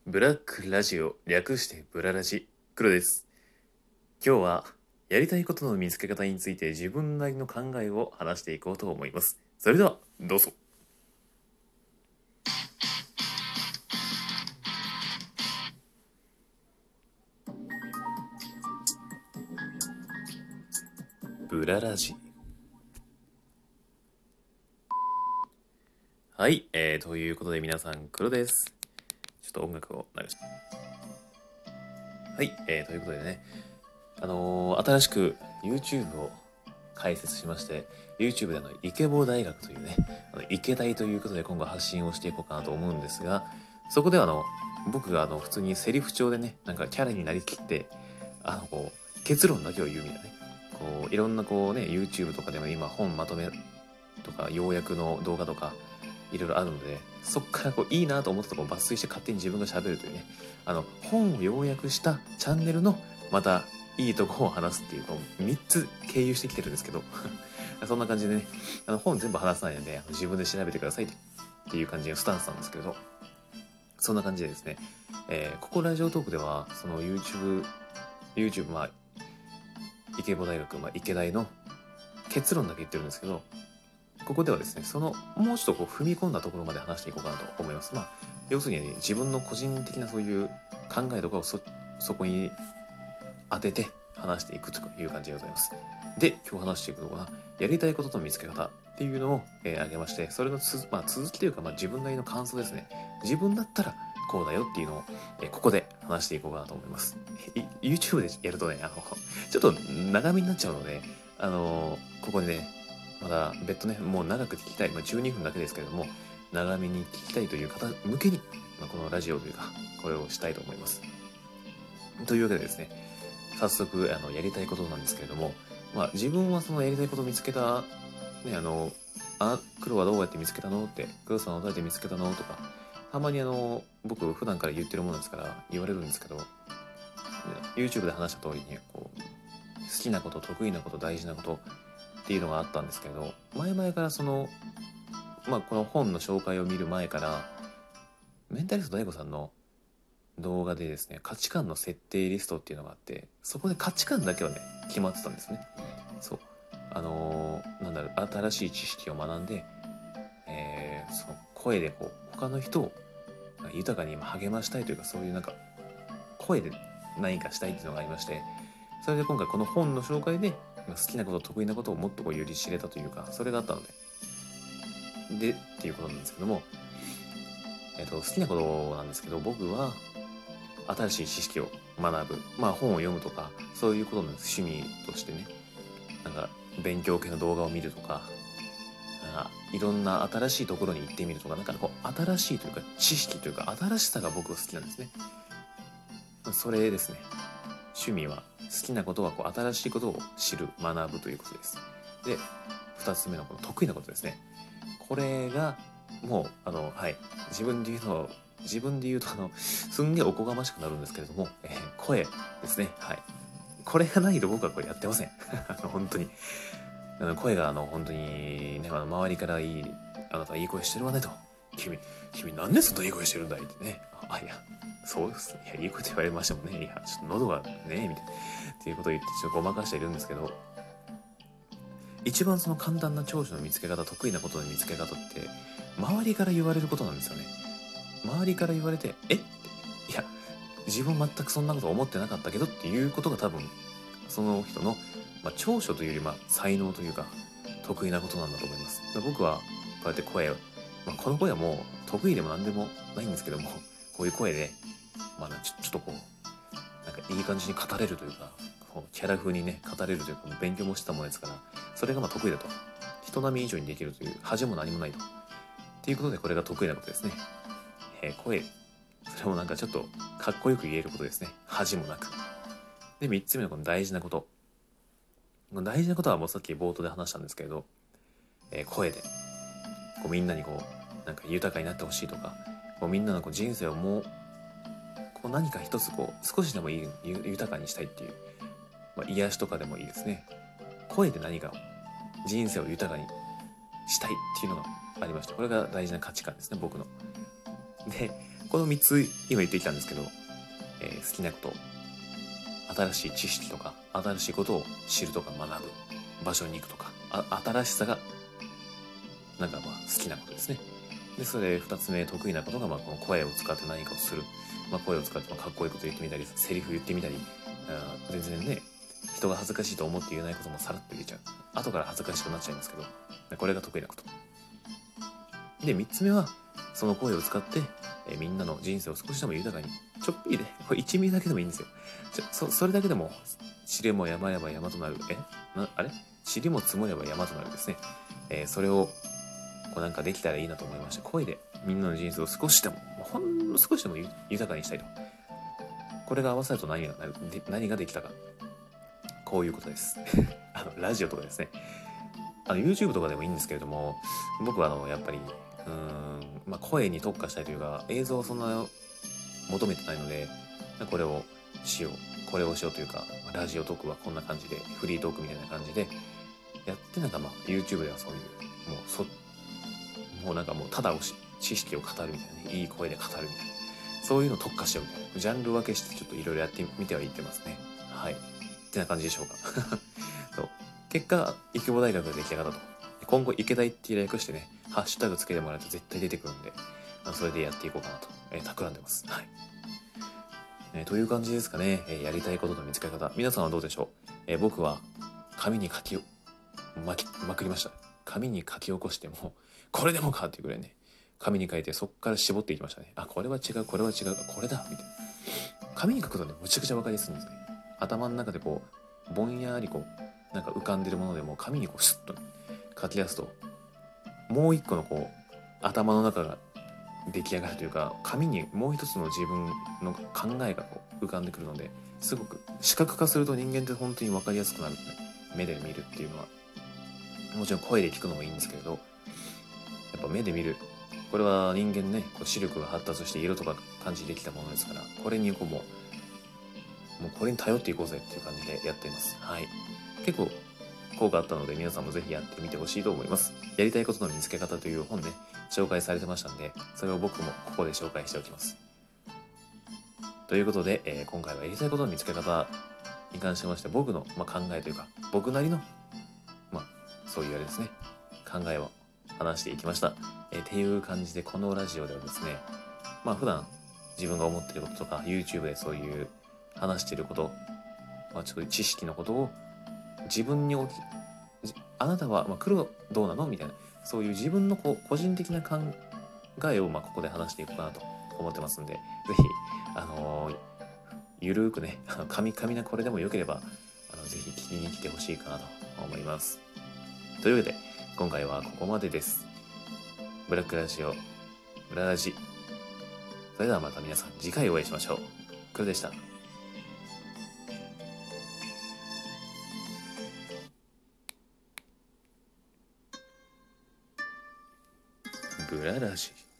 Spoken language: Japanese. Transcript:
ブラックラジオ、略してブララジ、黒です。今日はやりたいことの見つけ方について自分なりの考えを話していこうと思います。それではどうぞ。ブララジ。はい、ということで皆さん黒です。ちょっと音楽を流して。はい、ということでね、新しく YouTube を開設しまして、YouTube でイケボ大学というね、イケ大ということで今後発信をしていこうかなと思うんですが、そこでは僕が普通にセリフ調でね、なんかキャラになりきって、結論だけを言うみたいなね、いろんなYouTube とかでも今本まとめとか、要約の動画とか、いろいろあるので、そっからいいなと思ったところを抜粋して勝手に自分が喋るというね、本を要約したチャンネルの、また、いいとこを話すっていう、3つ経由してきてるんですけど、そんな感じでね、本全部話さないので、自分で調べてくださいっていう感じのスタンスなんですけど、そんな感じでですね、ここラジオトークでは、その YouTube、イケボ大学、池大の結論だけ言ってるんですけど、ここではですね、もうちょっと踏み込んだところまで話していこうかなと思います。要するに、ね、自分の個人的なそういう考えとかをそこに当てて話していくという感じでございます。で、今日話していくのは、やりたいことの見つけ方っていうのを、挙げまして、それの続きというか、自分なりの感想ですね。自分だったらこうだよっていうのを、ここで話していこうかなと思います。YouTube でやるとね、ちょっと長めになっちゃうので、ここでね、まだ別途ね、もう長く聞きたい、12分だけですけれども、長めに聞きたいという方向けに、このラジオというか、これをしたいと思います。というわけでですね、早速やりたいことなんですけれども、自分はそのやりたいことを見つけた、ね、黒はどうやって見つけたのって、黒さんはどうやって見つけたのとか、たまに僕普段から言ってるものですから言われるんですけど、YouTube で話した通りに、好きなこと、得意なこと、大事なことっていうのがあったんですけれど、前々からこの本の紹介を見る前から、メンタリスト DAIGO さんの動画でですね、価値観の設定リストっていうのがあって、そこで価値観だけはね、決まってたんですね。そう。新しい知識を学んで、その声で他の人を豊かに励ましたいというか、そういう声で何かしたいっていうのがありまして、それで今回この本の紹介で、好きなこと、得意なことをもっとより知れたというか、それがあったので、っていうことなんですけども、好きなことなんですけど、僕は、新しい知識を学ぶ。本を読むとか、そういうことの趣味としてね、勉強系の動画を見るとか、いろんな新しいところに行ってみるとか、新しいというか、知識というか、新しさが僕は好きなんですね。それですね。趣味は、好きなことは新しいことを知る、学ぶということです。で、二つ目のこの得意なことですね。これが、もう、はい、自分で言うとすんげえおこがましくなるんですけれども、声ですね。はい。これがないと僕はこれやってません。本当に。声が本当にね、周りからあなたいい声してるわねと。君なんでそんないい声してるんだいってね。いや、そうです。いや、いい声と言われましたもんね。いや、ちょっと喉がね、みたいな。っていうことを言ってちょっとごまかしているんですけど、一番その簡単な長所の見つけ方、得意なことの見つけ方って、周りから言われることなんですよね。周りから言われて、いや、自分全くそんなこと思ってなかったけどっていうことが多分、その人の、長所というより才能というか、得意なことなんだと思います。僕は、こうやって声を、この声はもう得意でも何でもないんですけども、こういう声で、ちょっといい感じに語れるというか、キャラ風にね、語れるというか、勉強もしてたものですから、それが得意だと。人並み以上にできるという、恥も何もないと。っていうことで、これが得意なことですね。声、それもちょっとかっこよく言えることですね。恥もなく。で、三つ目のこの大事なこと。大事なことはもうさっき冒頭で話したんですけれど、声で、みんなに豊かになってほしいとか、みんなの人生をもう、何か一つ少しでも豊かにしたいっていう、癒しとかでもいいですね。声で何か人生を豊かにしたいっていうのがありまして、これが大事な価値観ですね、僕の。で、 この3つ今言ってきたんですけど、好きなこと、新しい知識とか新しいことを知るとか学ぶ場所に行くとか、新しさがなんか好きなことですね。でそれ2つ目得意なことがこの声を使って何かをする、声を使ってかっこいいこと言ってみたりセリフ言ってみたり、全然ね人が恥ずかしいと思って言えないこともさらっと言えちゃう、後から恥ずかしくなっちゃいますけど、これが得意なことで、3つ目はその声を使って、みんなの人生を少しでも豊かに、ちょっぴりでこれ1ミリだけでもいいんですよ。それだけでも塵も山れば山となる、塵も積もれば山となるですね。それをなんかできたらいいなと思いまして、声でみんなの人生を少しでもほんの少しでも豊かにしたいと。これが合わさると何ができたか、こういうことですラジオとかですね、YouTube とかでもいいんですけれども、僕はやっぱり声に特化したいというか、映像をそんな求めてないので、これをしようというか、ラジオトークはこんな感じで、フリートークみたいな感じでやって、YouTube ではそういうもうただ知識を語るみたいな、いい声で語るみたいな、そういうの特化しようみたいな、ジャンル分けしてちょっといろいろやってみてはいってますね。はい。ってな感じでしょうかそう、結果池坊大学が出来上がったと。今後池大って略してね、ハッシュタグつけてもらうと絶対出てくるんで、それでやっていこうかなと、企んでます。はい。という感じですかね。やりたいことの見つかり方、皆さんはどうでしょう。僕は紙にまくりました。紙に書き起こしてもこれでもかっていうぐらいね、紙に書いてそこから絞っていきましたね。これは違う、これは違う、これだみたいな。紙に書くとね、むちゃくちゃ分かりやすいんですね。頭の中でぼんやり浮かんでるものでも紙にシュッと、書き出すと、もう一個の頭の中が出来上がるというか、紙にもう一つの自分の考えが浮かんでくるので、すごく視覚化すると人間って本当に分かりやすくなる、目で見るっていうのは。もちろん声で聞くのもいいんですけれど、やっぱ目で見る、これは人間ね、視力が発達して色とか感知できたものですから、これにもうこれに頼っていこうぜっていう感じでやっています。はい。結構効果あったので、皆さんもぜひやってみてほしいと思います。やりたいことの見つけ方という本ね、紹介されてましたんで、それを僕もここで紹介しておきます。ということで、今回はやりたいことの見つけ方に関しまして、僕の、考えというか、僕なりのそういうあれですね、考えを話していきました。っていう感じで、このラジオではですね、普段自分が思っていることとか YouTube でそういう話していること、ちょっと知識のことを自分にあなたは黒どうなのみたいな、そういう自分の個人的な考えをここで話していこうかなと思ってますんで、ぜひゆるーくね、神なこれでもよければぜひ聞きに来てほしいかなと思います。というわけで今回はここまでです。ブラックラジオ、ブララジ。それではまた皆さん次回お会いしましょう。黒でした。ブララジ。